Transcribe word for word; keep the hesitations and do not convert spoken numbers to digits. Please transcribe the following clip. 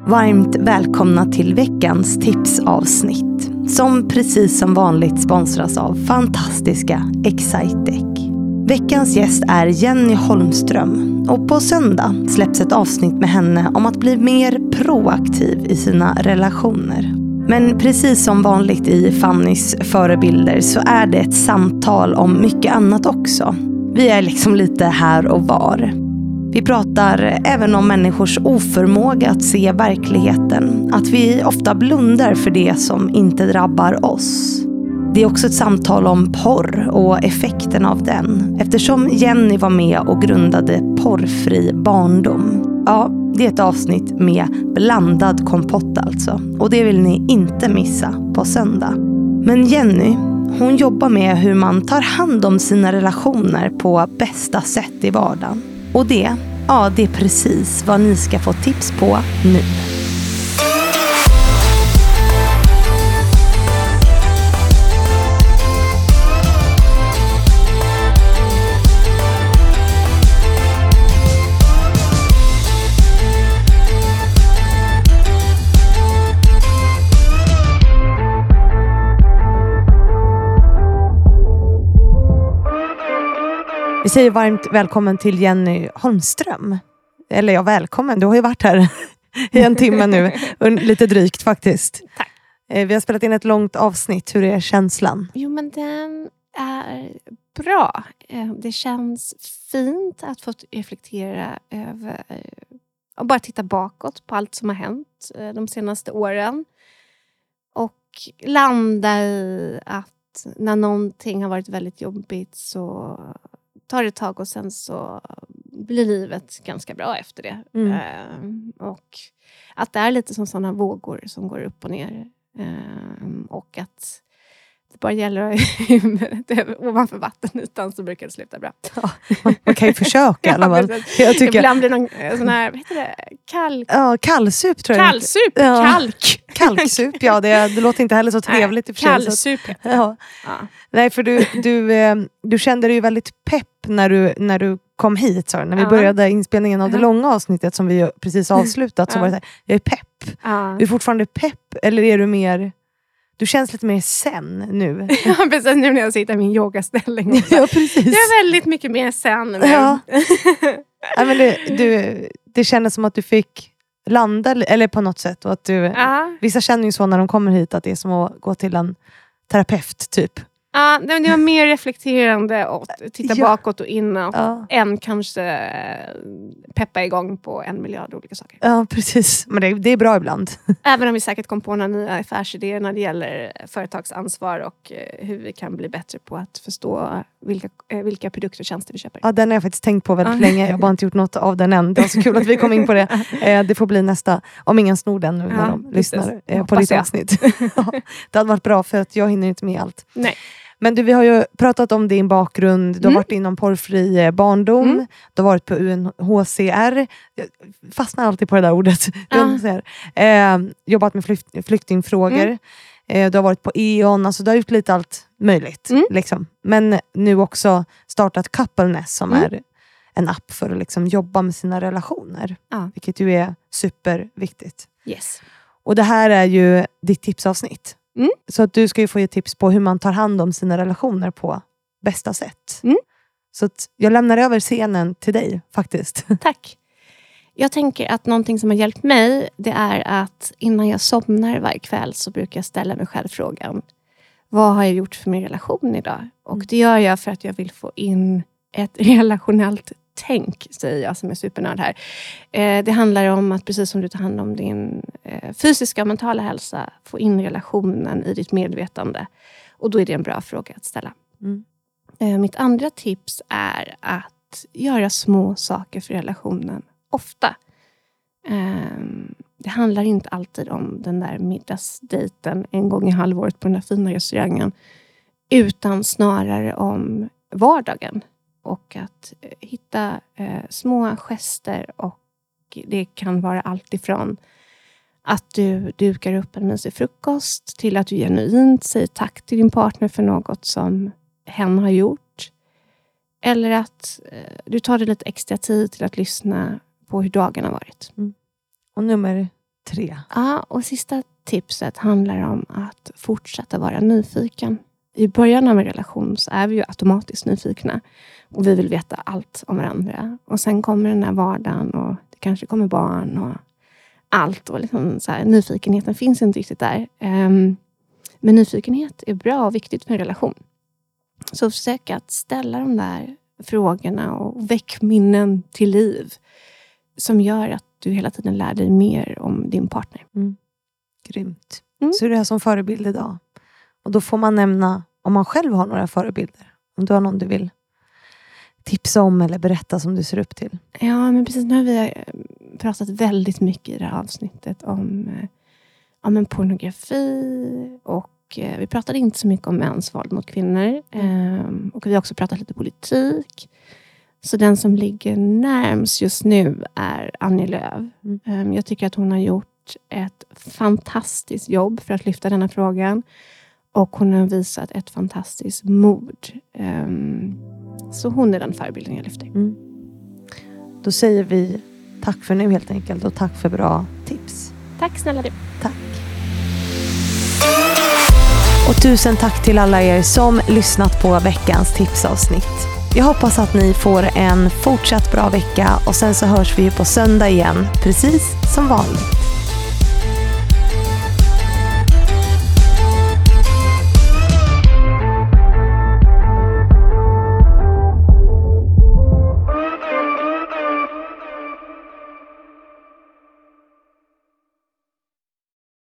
Varmt välkomna till veckans tipsavsnitt som precis som vanligt sponsras av fantastiska Excitec. Veckans gäst är Jenny Holmström och på söndag släpps ett avsnitt med henne om att bli mer proaktiv i sina relationer. Men precis som vanligt i Fannys förebilder så är det ett samtal om mycket annat också. Vi är liksom lite här och var. Vi pratar även om människors oförmåga att se verkligheten. Att vi ofta blundar för det som inte drabbar oss. Det är också ett samtal om porr och effekten av den. Eftersom Jenny var med och grundade Porrfri barndom. Ja, det är ett avsnitt med blandad kompott alltså. Och det vill ni inte missa på söndag. Men Jenny, hon jobbar med hur man tar hand om sina relationer på bästa sätt i vardagen. Och det, ja det är precis vad ni ska få tips på nu. Vi säger varmt välkommen till Jenny Holmström. Eller ja, välkommen. Du har ju varit här i en timme nu. Lite drygt faktiskt. Tack. Vi har spelat in ett långt avsnitt. Hur är känslan? Jo, men den är bra. Det känns fint att få reflektera över och bara titta bakåt på allt som har hänt de senaste åren. Och landa i att när någonting har varit väldigt jobbigt så tar det ett tag och sen så blir livet ganska bra efter det. Mm. Uh, och att det är lite som sådana vågor som går upp och ner. Uh, och att det bara gäller att ha huvudet ovanför vattenytan så brukar det sluta bra. Ja, man, man kan ju försöka i alla fall. Jag tycker... Ibland blir det någon sån här, vad heter det? Kalk. Ja, kallsup tror jag. Kallsup, ja. kalk. Kalksup, ja det, det låter inte heller så trevligt. Nej, kallsup. Ja. Ja. Nej, för du, du, du kände dig ju väldigt pepp när du, när du kom hit. Så, när vi ja. började inspelningen av det ja. långa avsnittet som vi precis avslutat så ja. var det så här, jag är pepp. Ja. Är du fortfarande pepp eller är du mer... Du känns lite mer sen nu. Ja, precis nu när jag sitter i min yogaställning. Ja, precis. Jag är väldigt mycket mer sen nu. Ja. Ja, men det, du, det kändes som att du fick landa eller på något sätt. Och att du, ja. Vissa känner ju så när de kommer hit att det är som att gå till en terapeut typ. Ja, det var mer reflekterande och titta ja. bakåt och inåt ja. än kanske peppa igång på en miljard olika saker. Ja, precis. Men det, det är bra ibland. Även om vi säkert kom på några nya affärsidéer när det gäller företagsansvar och hur vi kan bli bättre på att förstå vilka, vilka produkter och tjänster vi köper. Ja, den har jag faktiskt tänkt på väldigt ja. länge. Jag har bara inte gjort något av den än. Det var så kul att vi kom in på det. Det får bli nästa, om ingen snor den nu ja, när de precis. lyssnar på ditt avsnitt. Ja, det hade varit bra för att jag hinner inte med allt. Nej. Men du, vi har ju pratat om din bakgrund. Du har mm. varit inom Porrfri barndom. Mm. Du har varit på U N H C R. Jag fastnar alltid på det där ordet. Ja. Eh, jobbat med flykt, flyktingfrågor. Mm. Eh, du har varit på E O N. Alltså du har gjort lite allt möjligt. Mm. Liksom. Men nu också startat Coupleness som mm. är en app för att liksom jobba med sina relationer. Ja. Vilket ju är superviktigt. Yes. Och det här är ju ditt tipsavsnitt. Mm. Så att du ska ju få ge tips på hur man tar hand om sina relationer på bästa sätt. Mm. Så att jag lämnar över scenen till dig faktiskt. Tack. Jag tänker att någonting som har hjälpt mig det är att innan jag somnar varje kväll så brukar jag ställa mig själv frågan. Vad har jag gjort för min relation idag? Och det gör jag för att jag vill få in ett relationellt tänk, säger jag som är supernörd här. Eh, det handlar om att precis som du tar hand om din eh, fysiska och mentala hälsa, få in relationen i ditt medvetande. Och då är det en bra fråga att ställa. Mm. Eh, mitt andra tips är att göra små saker för relationen ofta. Eh, det handlar inte alltid om den där middagsdejten en gång i halvåret på den där fina restaurangen. Utan snarare om vardagen. Och att eh, hitta eh, små gester och det kan vara allt ifrån att du dukar upp en mysig frukost till att du genuint säger tack till din partner för något som hen har gjort. Eller att eh, du tar dig lite extra tid till att lyssna på hur dagen har varit. Mm. Och nummer tre. Ja, och sista tipset handlar om att fortsätta vara nyfiken. I början av en relation så är vi ju automatiskt nyfikna. Och vi vill veta allt om varandra. Och sen kommer den här vardagen och det kanske kommer barn och allt. Och liksom så här, nyfikenheten finns inte riktigt där. Um, men nyfikenhet är bra och viktigt för en relation. Så försök att ställa de där frågorna och väck minnen till liv. Som gör att du hela tiden lär dig mer om din partner. Mm. Grymt. Mm. Så är det här som förebild idag. Och då får man nämna om man själv har några förebilder. Om du har någon du vill tipsa om eller berätta som du ser upp till. Ja, men precis. Nu har vi pratat väldigt mycket i det här avsnittet om, om en pornografi. Och eh, vi pratade inte så mycket om mäns våld mot kvinnor. Eh, och vi har också pratat lite politik. Så den som ligger närmast just nu är Annie Lööf. Mm. Eh, jag tycker att hon har gjort ett fantastiskt jobb för att lyfta denna frågan. Och hon har visat ett fantastiskt mod. Um, så hon är den förebilden jag lyfter. Mm. Då säger vi tack för nu helt enkelt. Och tack för bra tips. Tack snälla du. Tack. Och tusen tack till alla er som lyssnat på veckans tipsavsnitt. Jag hoppas att ni får en fortsatt bra vecka. Och sen så hörs vi på söndag igen. Precis som vanligt.